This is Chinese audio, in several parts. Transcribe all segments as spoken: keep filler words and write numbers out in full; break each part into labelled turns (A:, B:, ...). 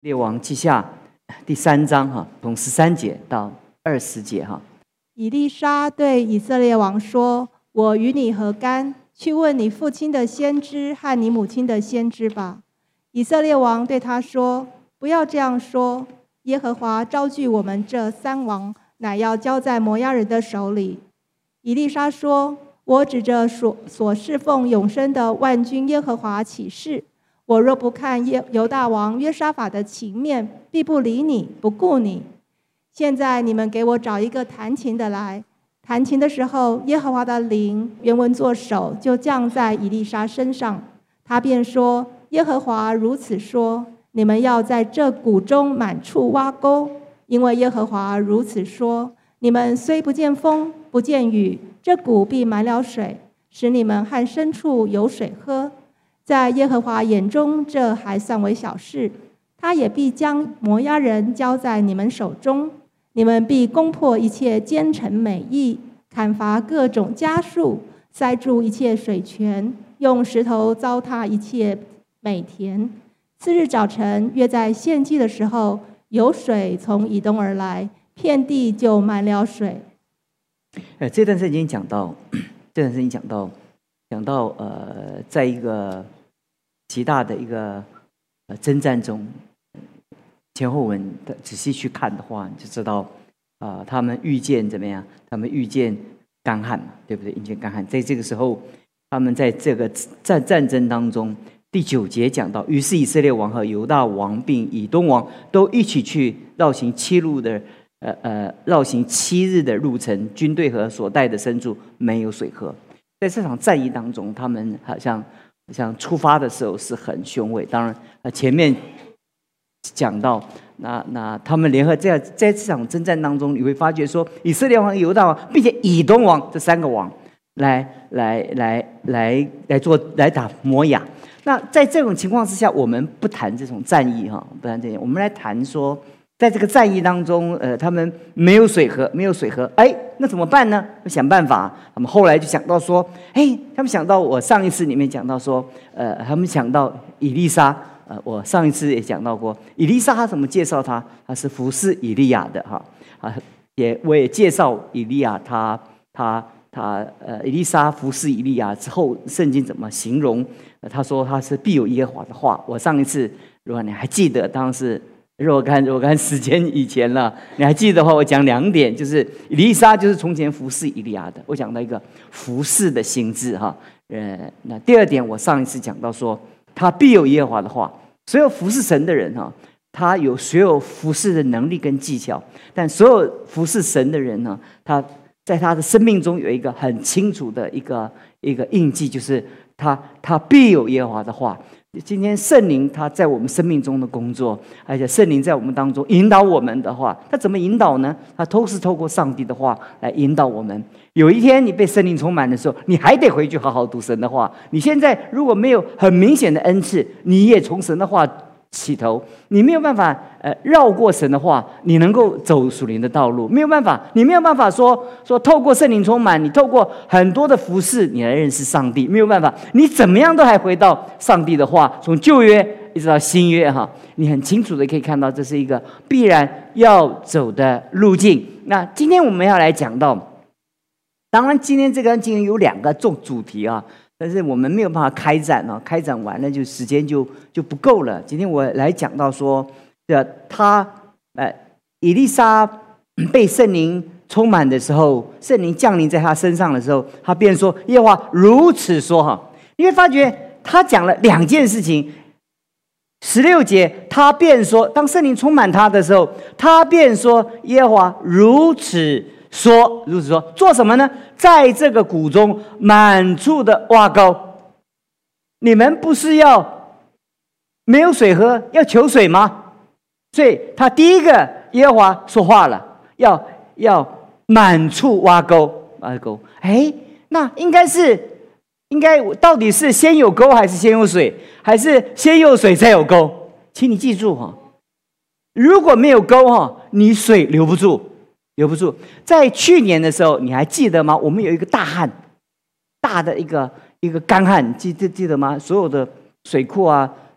A: 列王记下第三章哈，从十三节到二十节哈。
B: 以利沙对以色列王说：“我与你何干？去问你父亲的先知和你母亲的先知吧。”以色列王对他说：“不要这样说，耶和华招聚我们这三王，乃要交在摩押人的手里。”以利沙说：“我指着所所侍奉永生的万军耶和华起誓，我若不看耶犹大王约沙法的情面，必不理你，不顾你。现在你们给我找一个弹琴的来。”弹琴的时候，耶和华的灵原文作手就降在以利沙身上，他便说：“耶和华如此说，你们要在这谷中满处挖沟，因为耶和华如此说，你们虽不见风，不见雨，这谷必满了水，使你们和牲畜有水喝。在耶和华眼中，这还算为小事，他也必将摩押人交在你们手中。你们必攻破一切奸臣美意，砍伐各种家畜，塞住一切水泉，用石头糟蹋一切美田。次日早晨，约在献祭的时候，有水从以东而来，遍地就满了水。
A: 呃，这段圣经讲到，这段圣经讲到，讲到呃，在一个极大的一个呃征战中。前后文的仔细去看的话，你就知道，啊、呃，他们遇见怎么样？他们遇见干旱嘛，对不对？遇见干旱，在这个时候，他们在这个战战争当中，第九节讲到，于是以色列王和犹大王并以东王都一起去绕行七路的，呃呃，绕行七日的路程，军队和所带的牲畜没有水喝。在这场战役当中，他们好像像出发的时候是很雄伟，当然，呃，前面。讲到那那他们联合在在这场征战当中，你会发觉说，以色列王、犹大王，并且以东王这三个王来来来来来做来打摩押。那在这种情况之下，我们不谈这种战役哈，不谈这些，我们来谈说，在这个战役当中，呃，他们没有水喝，没有水喝，哎，那怎么办呢？要想办法。他们后来就想到说，哎，他们想到我上一次里面讲到说，呃，他们想到以利沙。呃，我上一次也讲到过，以利沙他怎么介绍他？他是服侍以利亚的哈啊，也我也介绍以利亚，他他他呃，以利沙服侍以利亚之后，圣经怎么形容？呃、他说他是必有耶和华的话。我上一次如果你还记得，当时若干若干时间以前了，你还记得的话，我讲两点，就是以利沙就是从前服侍以利亚的，我讲到一个服侍的心智哈。呃，那第二点，我上一次讲到说，他必有耶和华的话。所有服侍神的人哈，他有所有服侍的能力跟技巧，但所有服侍神的人呢，他在他的生命中有一个很清楚的一个一个印记，就是他他必有耶和华的话。今天圣灵他在我们生命中的工作，而且圣灵在我们当中引导我们的话，他怎么引导呢？他都是透过上帝的话来引导我们。有一天你被圣灵充满的时候，你还得回去好好读神的话。你现在如果没有很明显的恩赐，你也从神的话起头，你没有办法呃绕过神的话，你能够走属灵的道路，没有办法，你没有办法说说透过圣灵充满，你透过很多的服事，你来认识上帝，没有办法，你怎么样都还回到上帝的话，从旧约一直到新约哈，你很清楚的可以看到，这是一个必然要走的路径。那今天我们要来讲到，当然今天这个经文有两个重主题啊。但是我们没有办法开展哦，开展完了就时间就就不够了。今天我来讲到说，的他呃，以利沙被圣灵充满的时候，圣灵降临在他身上的时候，他便说：“耶和华如此说。”哈，你会发觉他讲了两件事情。十六节，他便说，当圣灵充满他的时候，他便说：“耶和华如此。”说如此说，做什么呢？在这个谷中满处的挖沟。你们不是要没有水喝，要求水吗？所以他第一个耶和华说话了，要要满处挖沟，挖沟。哎，那应该是应该到底是先有沟还是先有水，还是先有水再有沟？请你记住哈，如果没有沟哈，你水留不住。留不住。在去年的时候，你还记得吗？我们有一个大旱，大的一个一个干旱，记记记得吗？所有的水库啊，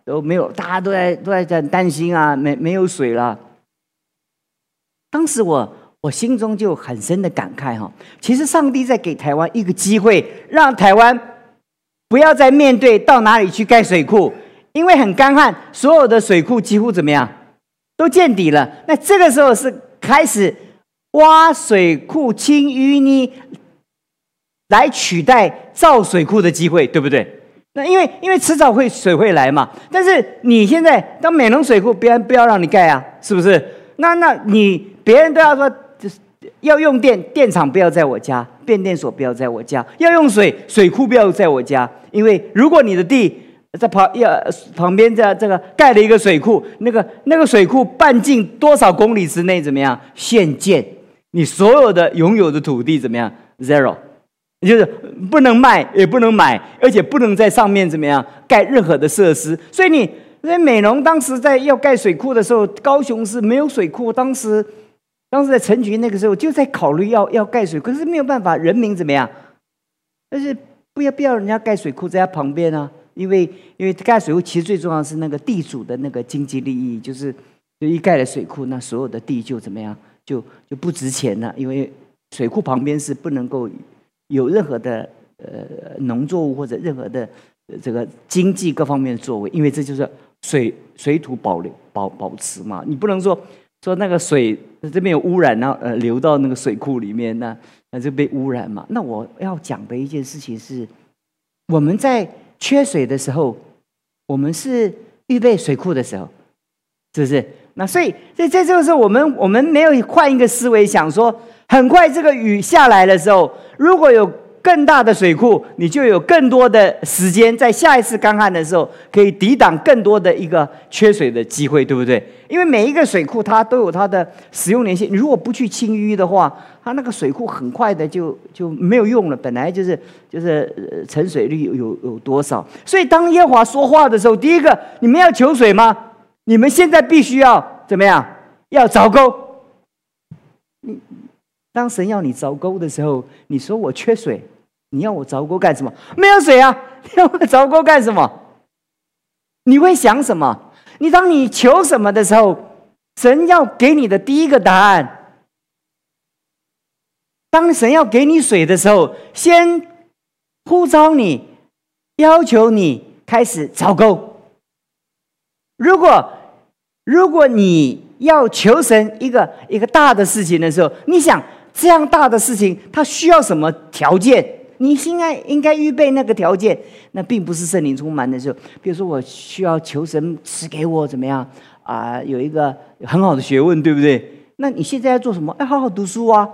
A: 都没有，大家都在都在很担心啊，没没有水了。当时我我心中就很深的感慨哈，其实上帝在给台湾一个机会，让台湾不要再面对到哪里去盖水库，因为很干旱，所有的水库几乎怎么样都见底了。那这个时候是开始挖水库清淤泥来取代造水库的机会，对不对？那因为因为迟早会水会来嘛。但是你现在当美浓水库，别人不要让你盖啊，是不是？那那你别人都要说，要用电，电厂不要在我家，变电所不要在我家；要用水，水库不要在我家。因为如果你的地在旁要旁边这这个盖了一个水库，那个那个水库半径多少公里之内怎么样限建？你所有的拥有的土地怎么样 zero？ 就是不能卖，也不能买，而且不能在上面怎么样盖任何的设施。所以你。所以美浓当时在要盖水库的时候，高雄是没有水库。当时，当时在陈菊那个时候就在考虑要要盖水库，可是没有办法，人民怎么样？但是不要不要人家盖水库在他旁边啊，因为因为盖水库其实最重要的是那个地主的那个经济利益，就是就一盖了水库，那所有的地就怎么样，就就不值钱了，因为水库旁边是不能够有任何的呃农作物或者任何的这个经济各方面的作为，因为这就是。水水土保留保保持嘛，你不能说说那个水这边有污染，然后呃流到那个水库里面，那那就被污染嘛。那我要讲的一件事情是，我们在缺水的时候，我们是预备水库的时候，是不是？那所以在在这个时候，我们我们没有换一个思维，想说很快这个雨下来的时候，如果有更大的水库，你就有更多的时间，在下一次干旱的时候，可以抵挡更多的一个缺水的机会，对不对？因为每一个水库它都有它的使用年限，你如果不去清淤的话，它那个水库很快的就就没有用了。本来就是就是沉水率有有有多少，所以当耶和华说话的时候，第一个，你们要求水吗？你们现在必须要怎么样？要凿沟。你当神要你凿沟的时候，你说我缺水。你要我凿沟干什么？没有水啊！你要我凿沟干什么？你会想什么？你当你求什么的时候，神要给你的第一个答案，当神要给你水的时候，先呼召你，要求你开始凿沟。如果如果你要求神一个一个大的事情的时候，你想这样大的事情，它需要什么条件？你现在应该预备那个条件，那并不是圣灵充满的时候。比如说，我需要求神赐给我怎么样啊、呃？有一个很好的学问，对不对？那你现在要做什么？要好好读书啊。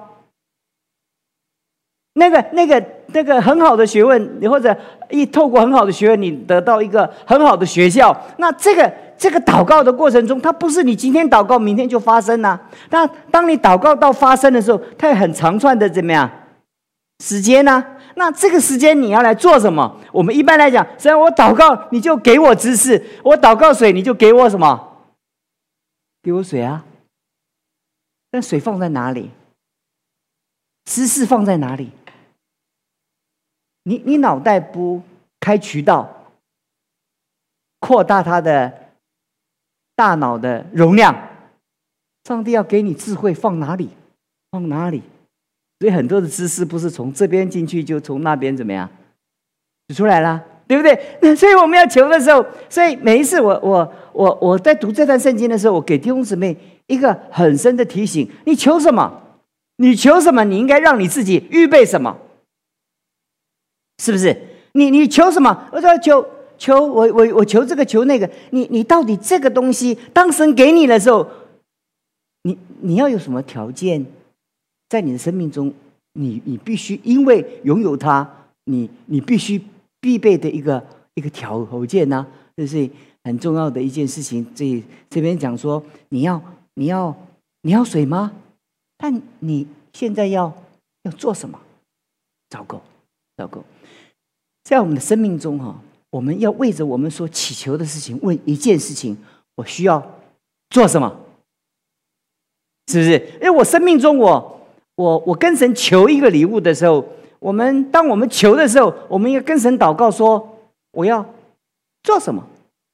A: 那个、那个、那个很好的学问，你或者一透过很好的学问，你得到一个很好的学校。那这个这个祷告的过程中，它不是你今天祷告，明天就发生啊。那当你祷告到发生的时候，它有很长串的怎么样时间呢、啊？那这个时间你要来做什么？我们一般来讲，神，我祷告你就给我知识，我祷告水你就给我什么？给我水啊！但水放在哪里？知识放在哪里？你你脑袋不开渠道，扩大他的大脑的容量，上帝要给你智慧放哪里？放哪里？所以很多的知识不是从这边进去，就从那边怎么样就出来了，对不对？那所以我们要求的时候，所以每一次我我我我在读这段圣经的时候，我给弟兄姊妹一个很深的提醒：你求什么？你求什么？你应该让你自己预备什么？是不是？你你求什么？我说求求我我我求这个求那个，你你到底这个东西，当神给你的时候，你你要有什么条件？在你的生命中，你你必须因为拥有它，你你必须必备的一个一个条件呢、啊，这是很重要的一件事情。这这边讲说，你要你要你要水吗？但你现在要要做什么？糟糕，糟糕！在我们的生命中哈，我们要为着我们所祈求的事情问一件事情：我需要做什么？是不是？因为我生命中我。我我跟神求一个礼物的时候，我们当我们求的时候，我们要跟神祷告说：我要做什么？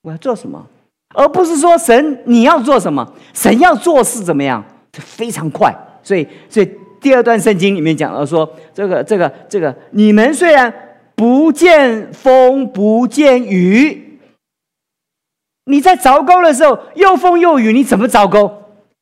A: 我要做什么，而不是说神你要做什么，神要做事怎么样，非常快。所以，所以第二段圣经里面讲到说，这个、这个、这个，你们虽然不见风不见雨，你在凿沟的时候又风又雨，你怎么凿沟？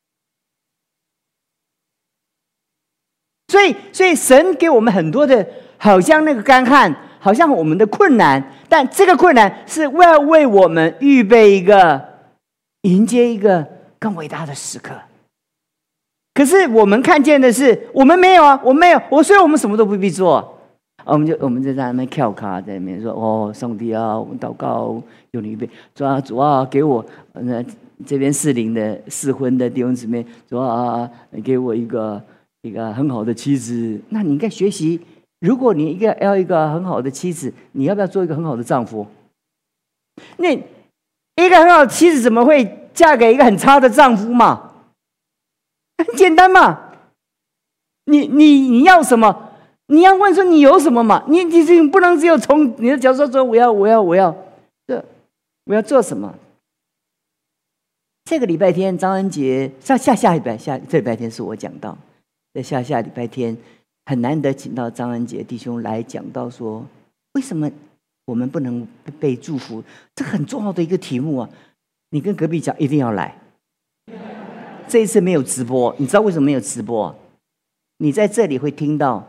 A: 所以，所以神给我们很多的，好像那个干旱，好像我们的困难，但这个困难是为了为我们预备一个迎接一个更伟大的时刻。可是我们看见的是，我们没有啊，我没有，我所以我们什么都不必做，我们就我们就在那边跳卡，在那边说：“哦，上帝啊，我们祷告，有你预备，主啊，主啊，给我呃这边适龄的适婚的弟兄姊妹，主啊，给我一个一个很好的妻子。”那你应该学习，如果你一个要一个很好的妻子，你要不要做一个很好的丈夫？那一个很好的妻子怎么会嫁给一个很差的丈夫嘛？很简单嘛，你你你要什么？你要问说你有什么嘛？你你你不能只有从你的角度说我要我要我要这我要做什么？这个礼拜天张恩节下下下礼拜下这礼拜天是我讲到，在下下礼拜天很难得请到张恩节弟兄来讲到说，为什么我们不能被祝福？这很重要的一个题目啊！你跟隔壁讲一定要来。这一次没有直播，你知道为什么没有直播？你在这里会听到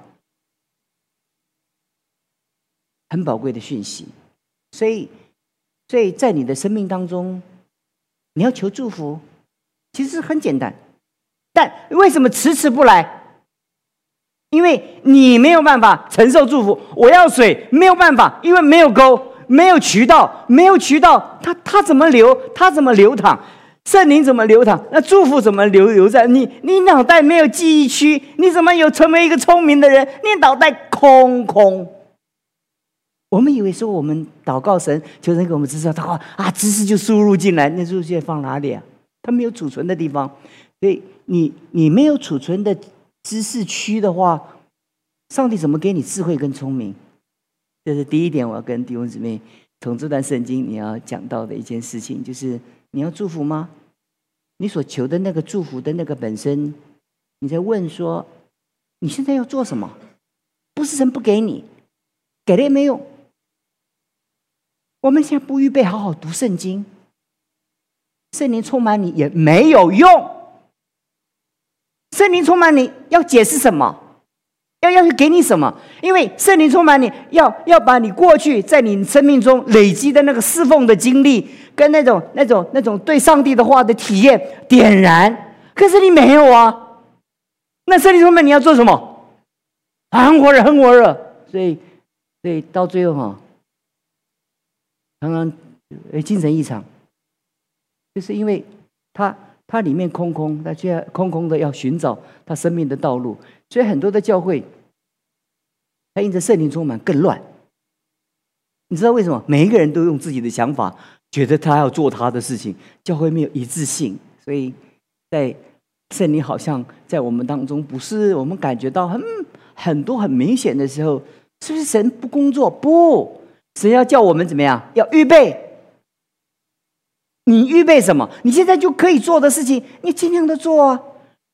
A: 很宝贵的讯息，所以，所以在你的生命当中，你要求祝福，其实很简单，但为什么迟迟不来？因为你没有办法承受祝福。我要水，没有办法，因为没有沟，没有渠道，没有渠道，它它怎么流？它怎么流淌？圣灵怎么流淌？那祝福怎么流流在你？你脑袋没有记忆区，你怎么有成为一个聪明的人？你脑袋空空。我们以为说我们祷告神，求神给我们知识，祷告啊，知识就输入进来，那输入进来放哪里啊？它没有储存的地方，所以你你没有储存的知识区的话，上帝怎么给你智慧跟聪明？这是第一点，我要跟弟兄姊妹从这段圣经你要讲到的一件事情，就是你要祝福吗？你所求的那个祝福的那个本身，你在问说，你现在要做什么？不是神不给你，给了也没用。我们现在不预备好好读圣经，圣灵充满你也没有用。圣灵充满你要解释什么？要要给你什么？因为圣灵充满你，要要把你过去在你生命中累积的那个侍奉的经历，跟那种那种那种对上帝的话的体验点燃。可是你没有啊，那圣灵充满你要做什么？很火热，很火热。所以，所以到最后哈，常常诶精神异常，就是因为他他里面空空，他却空空的要寻找他生命的道路。所以很多的教会，他因着圣灵充满更乱。你知道为什么？每一个人都用自己的想法，觉得他要做他的事情，教会没有一致性。所以在圣灵好像在我们当中，不是我们感觉到很很多很明显的时候，是不是神不工作？不，神要叫我们怎么样？要预备。你预备什么？你现在就可以做的事情，你尽量的做啊。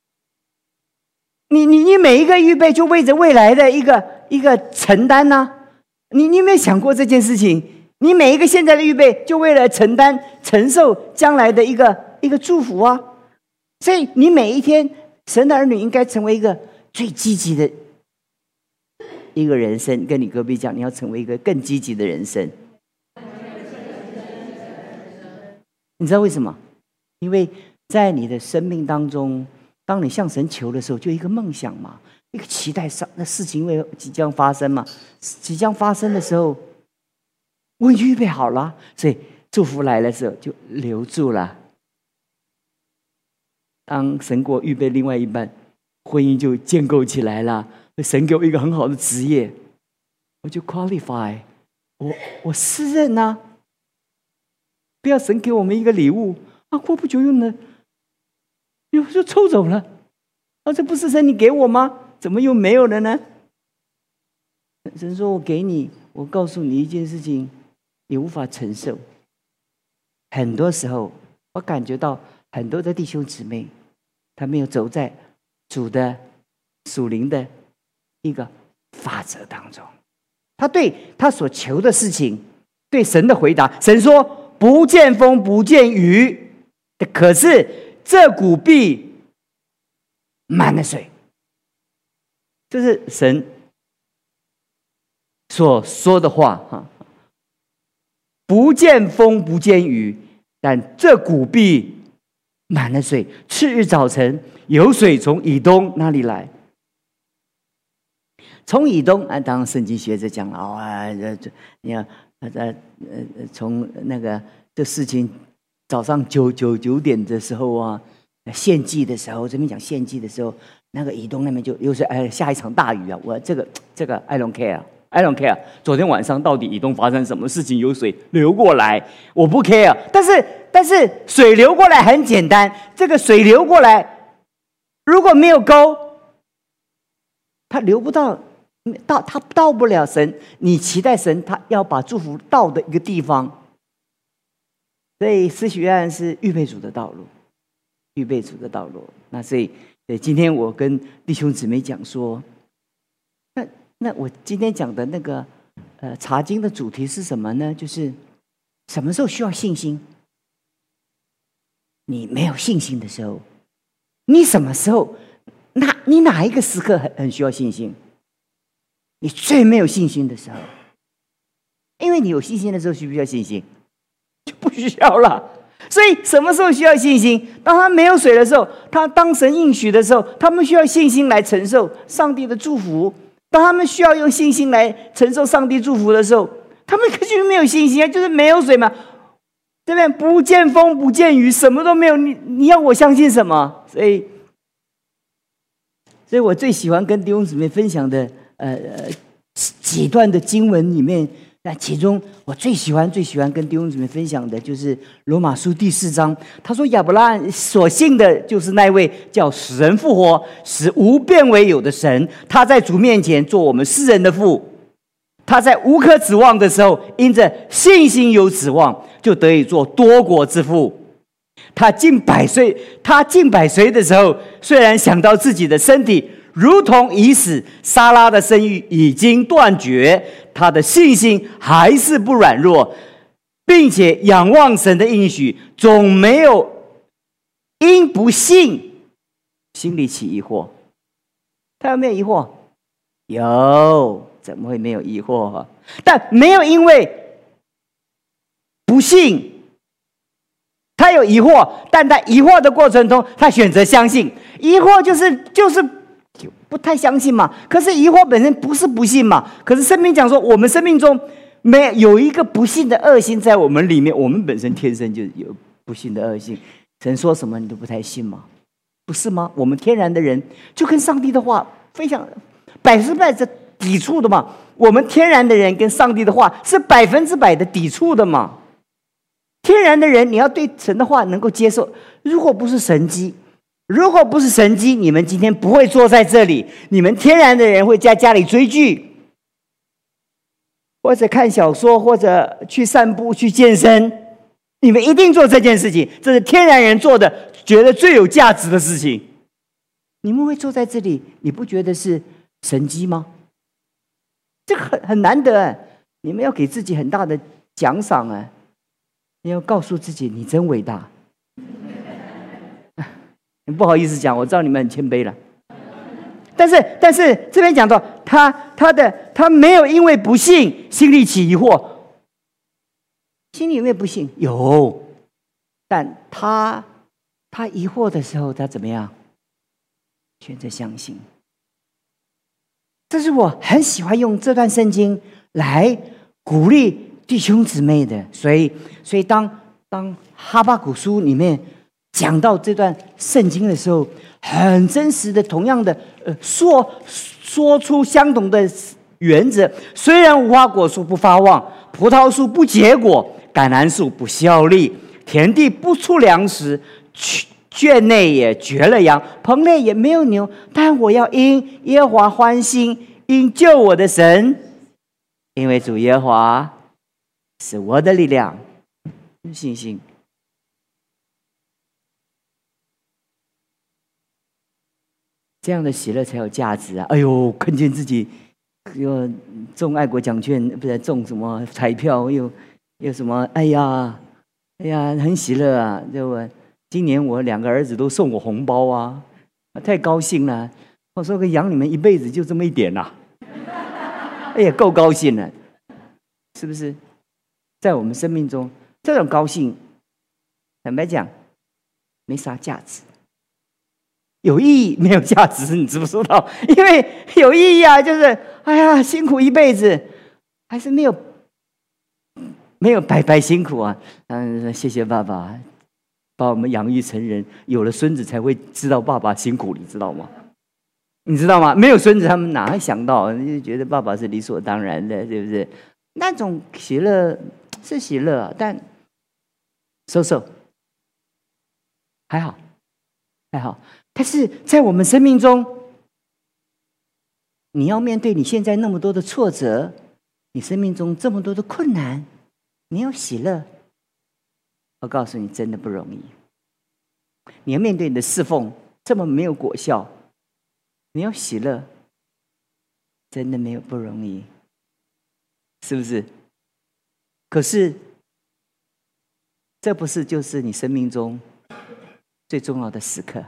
A: 你你你每一个预备，就为着未来的一个一个承担呢、啊？你你有没有想过这件事情？你每一个现在的预备，就为了承担承受将来的一个一个祝福啊！所以你每一天，神的儿女应该成为一个最积极的一个人生。跟你隔壁讲，你要成为一个更积极的人生。你知道为什么？因为在你的生命当中，当你向神求的时候，就一个梦想嘛，一个期待上那事情会即将发生嘛。即将发生的时候，我已经预备好了，所以祝福来的时候就留住了。当神给我预备另外一半，婚姻就建构起来了。神给我一个很好的职业，我就 qualify， 我我胜任啊。不要神给我们一个礼物啊，过不久又呢，又就抽走了啊！这不是神你给我吗？怎么又没有了呢？神说我给你，我告诉你一件事情，你无法承受。 很多时候我感觉到很多的弟兄姊妹，他没有走在主的属灵的一个法则当中。他对他所求的事情，对神的回答，神说不见风不见雨，可是这谷必满了水。这是神所说的话哈，不见风不见雨，但这谷必满了水。次日早晨，有水从以东那里来。从以东啊，当圣经学者讲了啊，这这你看，呃呃从那个这事情早上九九九点的时候啊，献祭的时候，这边讲献祭的时候，那个以东那边就又是哎下一场大雨啊！我这个这个 I don't care。I don't care。昨天晚上到底以东发生什么事情？有水流过来，我不 care。但是，但是水流过来很简单，这个水流过来，如果没有沟，它流不到，到它到不了神。你期待神，他要把祝福到的一个地方。所以，施洗约翰是预备主的道路，预备主的道路。那所以，所以今天我跟弟兄姊妹讲说，那。那我今天讲的那个呃查经的主题是什么呢？就是什么时候需要信心？你没有信心的时候，你什么时候？哪你哪一个时刻很很需要信心？你最没有信心的时候，因为你有信心的时候需不需要信心？就不需要了。所以什么时候需要信心？当他没有水的时候，他当神应许的时候，他们需要信心来承受上帝的祝福。当他们需要用信心来承受上帝祝福的时候，他们可就没有信心啊，就是没有水嘛。这边不见风不见雨，什么都没有，你你要我相信什么？所以，所以我最喜欢跟弟兄姊妹分享的呃几段的经文里面，那其中我最喜欢最喜欢跟弟兄姊妹分享的就是罗马书第四章。他说亚伯拉罕所信的就是那位叫使人复活使无变为有的神，他在主面前做我们世人的父。他在无可指望的时候，因着信心有指望，就得以做多国之父。他近百岁他近百岁的时候，虽然想到自己的身体如同已死，撒拉的生育已经断绝，他的信心还是不软弱，并且仰望神的应许，总没有因不信心里起疑惑。他有没有疑惑？有，怎么会没有疑惑？但没有因为不信，他有疑惑，但在疑惑的过程中，他选择相信。疑惑就是就是不太相信嘛。可是疑惑本身不是不信嘛。可是圣经讲说，我们生命中没有一个不信的恶性在我们里面，我们本身天生就有不信的恶性。神说什么你都不太信吗？不是吗？我们天然的人就跟上帝的话非常百分之百的抵触的嘛。我们天然的人跟上帝的话是百分之百的抵触的嘛。天然的人，你要对神的话能够接受。如果不是神迹，如果不是神迹，你们今天不会坐在这里。你们天然的人会在家里追剧，或者看小说，或者去散步、去健身。你们一定做这件事情，这是天然人做的，觉得最有价值的事情。你们会坐在这里，你不觉得是神迹吗？这个很很难得哎，你们要给自己很大的奖赏哎。你要告诉自己，你真伟大。不好意思讲，我知道你们很谦卑了。但是，但是这边讲到他，他的他没有因为不信心里起疑惑。心里有没有不信？有，但他他疑惑的时候，他怎么样？选择相信。这是我很喜欢用这段圣经来鼓励弟兄姊妹的。所以，所以当当哈巴谷书里面讲到这段圣经的时候，很真实的，同样的，呃，说说出相同的原则。虽然无花果树不发旺，葡萄树不结果，橄榄树不效力，田地不出粮食，圈内也绝了羊，棚内也没有牛，但我要因耶和华欢心，因救我的神，因为主耶和华是我的力量。信心这样的喜乐才有价值啊！哎呦，看见自己又中爱国奖券，不是中什么彩票，又又什么？哎呀，哎呀，很喜乐啊！对不？今年我两个儿子都送我红包啊，太高兴了。我说：“可以养你们一辈子，就这么一点啦、啊。”哎呀，够高兴了，是不是？在我们生命中，这种高兴，坦白讲，没啥价值。有意义没有价值，你知不知道？因为有意义啊，就是哎呀，辛苦一辈子，还是没有没有白白辛苦啊。嗯，谢谢爸爸把我们养育成人，有了孙子才会知道爸爸辛苦，你知道吗？你知道吗？没有孙子，他们哪会想到？就觉得爸爸是理所当然的，对不对？那种喜乐是喜乐，但收收还好，还好。但是在我们生命中，你要面对你现在那么多的挫折，你生命中这么多的困难，你要喜乐，我告诉你，真的不容易。你要面对你的侍奉这么没有果效，你要喜乐，真的没有不容易，是不是？可是，这不是就是你生命中最重要的时刻？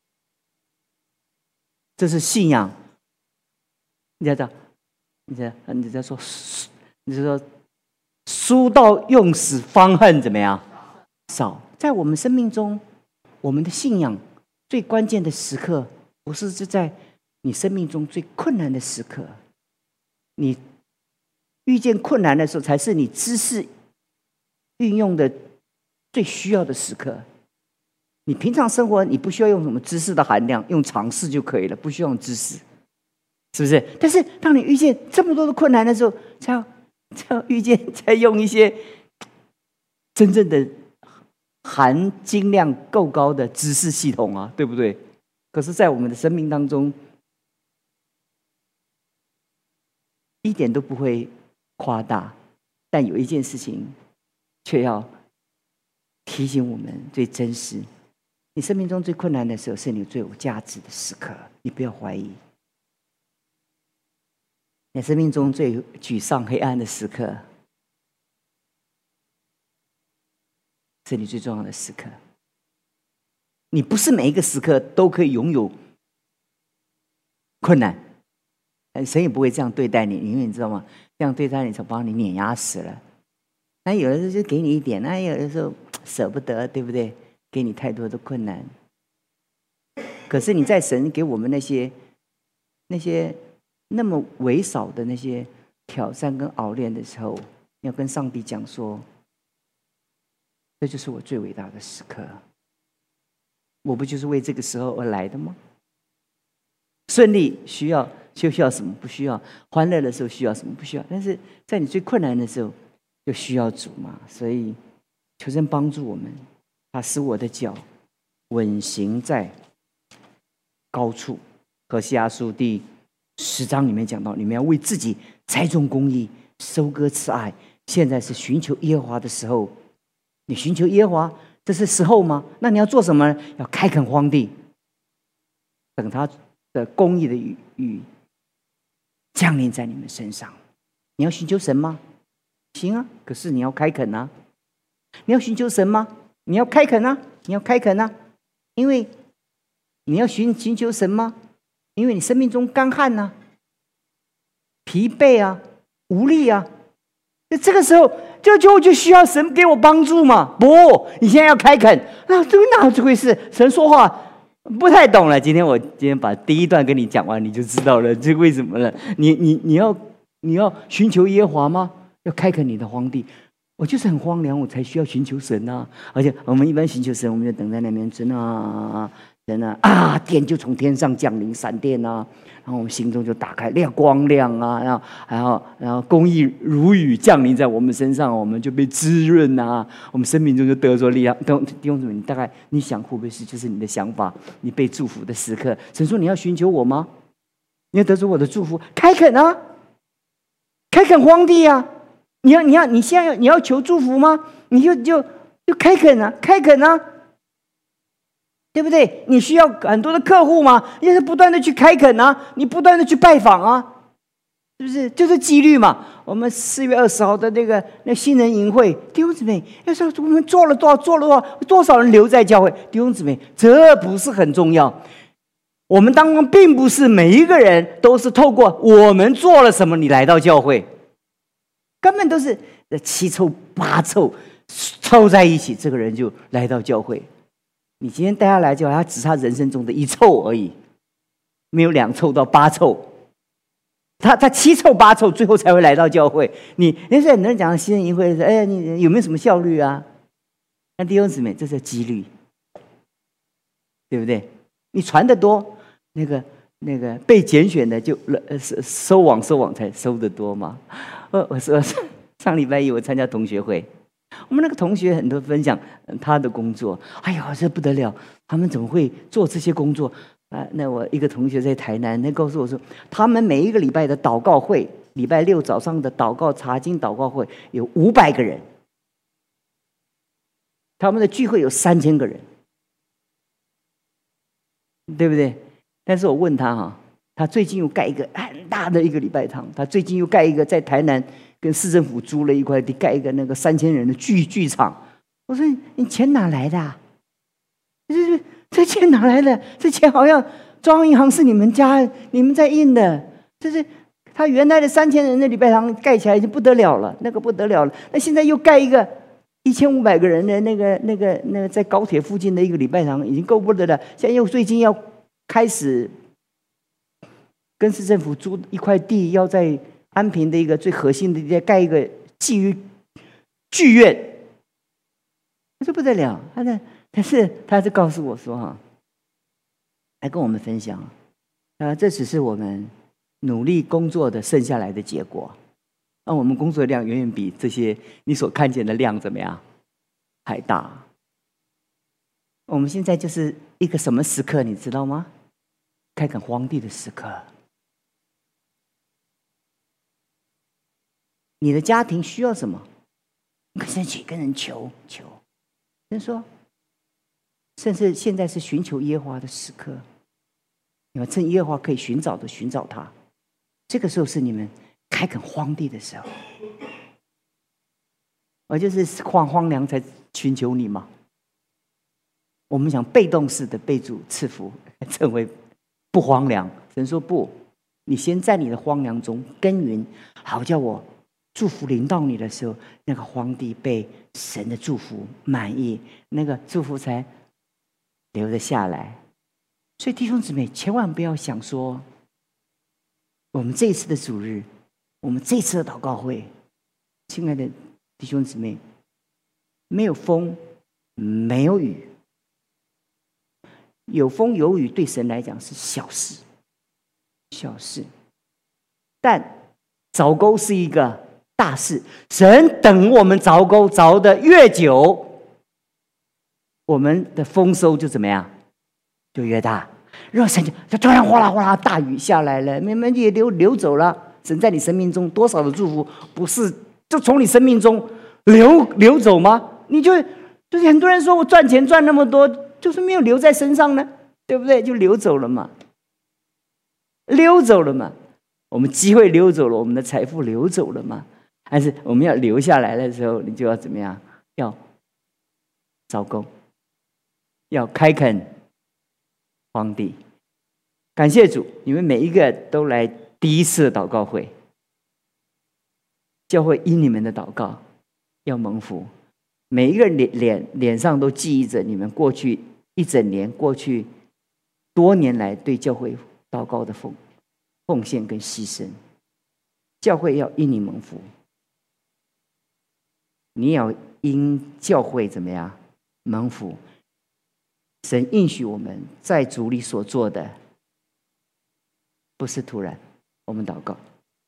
A: 这是信仰，你知道？你知道？你在说，你是说，书到用时方恨怎么样？少。在我们生命中，我们的信仰最关键的时刻，不是是在你生命中最困难的时刻。你遇见困难的时候，才是你知识运用的最需要的时刻。你平常生活，你不需要用什么知识的含量，用常识就可以了，不需要用知识，是不是？但是当你遇见这么多的困难的时候，才要才要遇见，才用一些真正的含金量够高的知识系统啊，对不对？可是，在我们的生命当中，一点都不会夸大，但有一件事情却要提醒我们最真实。你生命中最困难的时候，是你最有价值的时刻，你不要怀疑。你生命中最沮丧、黑暗的时刻，是你最重要的时刻。你不是每一个时刻都可以拥有困难，神也不会这样对待你，因为你知道吗？这样对待你，才把你碾压死了。那有的时候就给你一点，那有的时候舍不得，对不对？给你太多的困难。可是你在神给我们那些那些那么微少的那些挑战跟熬炼的时候，要跟上帝讲说，这就是我最伟大的时刻。我不就是为这个时候而来的吗？顺利需要就需要什么？不需要。欢乐的时候需要什么？不需要。但是在你最困难的时候，就需要主嘛。所以求神帮助我们，他使我的脚稳行在高处。何西阿书第十章里面讲到，你们要为自己栽种公义，收割慈爱。现在是寻求耶和华的时候。你寻求耶和华，这是时候吗？那你要做什么呢？要开垦荒地，等他的公义的雨雨降临在你们身上。你要寻求神吗？行啊，可是你要开垦啊。你要寻求神吗？你要开垦啊，你要开垦啊。因为你要寻寻求神吗？因为你生命中干旱啊，疲惫啊，无力啊。那这个时候就就就需要神给我帮助嘛？不，你现在要开垦，那这个哪这回事？神说话不太懂了。今天我今天把第一段跟你讲完，你就知道了，这为什么了？你你你要你要寻求耶和华吗？要开垦你的荒地。我就是很荒凉，我才需要寻求神啊！而且我们一般寻求神，我们就等在那边神啊神啊啊，电就从天上降临，闪电啊，然后我们心中就打开亮光亮啊，然后然后然后公义如雨降临在我们身上，我们就被滋润啊，我们生命中就得着力量。弟兄姊妹，你大概你想会不会是就是你的想法？你被祝福的时刻，神说你要寻求我吗？你要得着我的祝福，开垦啊，开垦荒地啊！你要你要你现在你要求祝福吗？你就就就开垦啊，开垦啊！ 对不对？你需要很多的客户吗？你是不断的去开垦啊，你不断的去拜访啊，是不是？就是纪律嘛。我们四月二十号的那个那新人营会，弟兄姊妹，要说我们做了多少，做了多少，多少人留在教会，弟兄姊妹，这不是很重要。我们当中并不是每一个人都是透过我们做了什么，你来到教会，根本都是七凑八凑凑在一起，这个人就来到教会。你今天带他来教会，他只是他人生中的一凑而已，没有两凑到八凑，他他七凑八凑，最后才会来到教会。你那时候很多人讲新人营会，哎，你有没有什么效率啊？那弟兄姊妹，这是几率，对不对？你传得多，那个那个被拣选的就呃收网收网才收得多嘛。我我说上礼拜一我参加同学会。我们那个同学很多分享他的工作，哎呀，这不得了！他们怎么会做这些工作啊？那我一个同学在台南，他告诉我说，他们每一个礼拜的祷告会，礼拜六早上的祷告查经祷告会有五百个人，他们的聚会有三千个人，对不对？但是我问他哈，他最近又盖一个很大的一个礼拜堂，他最近又盖一个在台南。跟市政府租了一块地，盖一个那个三千人的剧剧场。我说你钱哪来的、啊？这这钱哪来的？这钱好像中央银行是你们家你们在印的。这是他原来的三千人的礼拜堂盖起来已经不得了了，那个不得了了。那现在又盖一个一千五百个人的那个那个那个在高铁附近的一个礼拜堂，已经够不得了。现在又最近要开始跟市政府租一块地，要在安平的一个最核心的地带盖一个剧剧院，这不得了。他的，但是他是告诉我说哈，来跟我们分享，啊，这只是我们努力工作的剩下来的结果。那我们工作量远远比这些你所看见的量怎么样还大。我们现在就是一个什么时刻，你知道吗？开垦荒地的时刻。你的家庭需要什么？跟神去跟人求求。人说，甚至现在是寻求耶和华的时刻，你们趁耶和华可以寻找的寻找他。这个时候是你们开垦荒地的时候。我就是荒荒凉才寻求你嘛。我们想被动式的被主赐福，成为不荒凉。神说不，你先在你的荒凉中耕耘，好叫我祝福临到你的时候，那个荒地被神的祝福满意，那个祝福才留得下来。所以弟兄姊妹，千万不要想说，我们这一次的主日，我们这次的祷告会，亲爱的弟兄姊妹，没有风，没有雨，有风有雨对神来讲是小事，小事，但凿沟是一个大事。神等我们凿沟凿得越久，我们的丰收就怎么样，就越大。然后神就突然哗啦哗啦大雨下来了，慢慢也流流走了。神在你生命中多少的祝福，不是就从你生命中流流走吗？你就就是很多人说我赚钱赚那么多，就是没有留在身上呢，对不对？就流走了嘛，溜走了嘛。我们机会溜走了，我们的财富流走了嘛。但是我们要留下来的时候，你就要怎么样？要凿沟，要开垦荒地。感谢主，你们每一个都来第一次的祷告会，教会因你们的祷告要蒙福。每一个脸脸脸上都记忆着你们过去一整年、过去多年来对教会祷告的奉奉献跟牺牲。教会要因你蒙福，你也要因教会怎么样蒙福。神应许我们在主里所做的不是突然。我们祷告，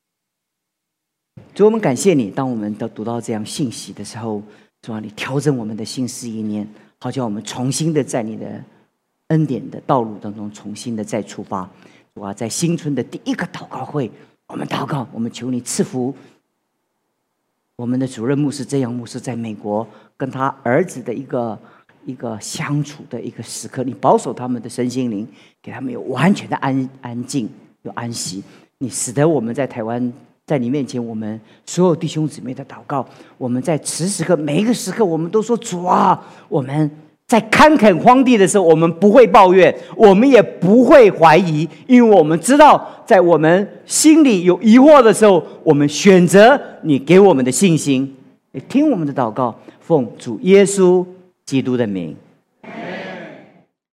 A: 主，我们感谢你，当我们都读到这样信息的时候，主啊，你调整我们的心思意念，好叫我们重新的在你的恩典的道路当中重新的再出发。主啊，在新春的第一个祷告会，我们祷告，我们求你赐福我们的主任牧师这样牧师在美国跟他儿子的一个一个相处的一个时刻，你保守他们的身心灵，给他们有完全的安安静，有安息。你使得我们在台湾，在你面前，我们所有弟兄姊妹的祷告，我们在此时刻每一个时刻，我们都说主啊，我们在坎坷荒地的时候，我们不会抱怨，我们也不会怀疑，因为我们知道，在我们心里有疑惑的时候，我们选择你给我们的信心。听我们的祷告，奉主耶稣基督的名。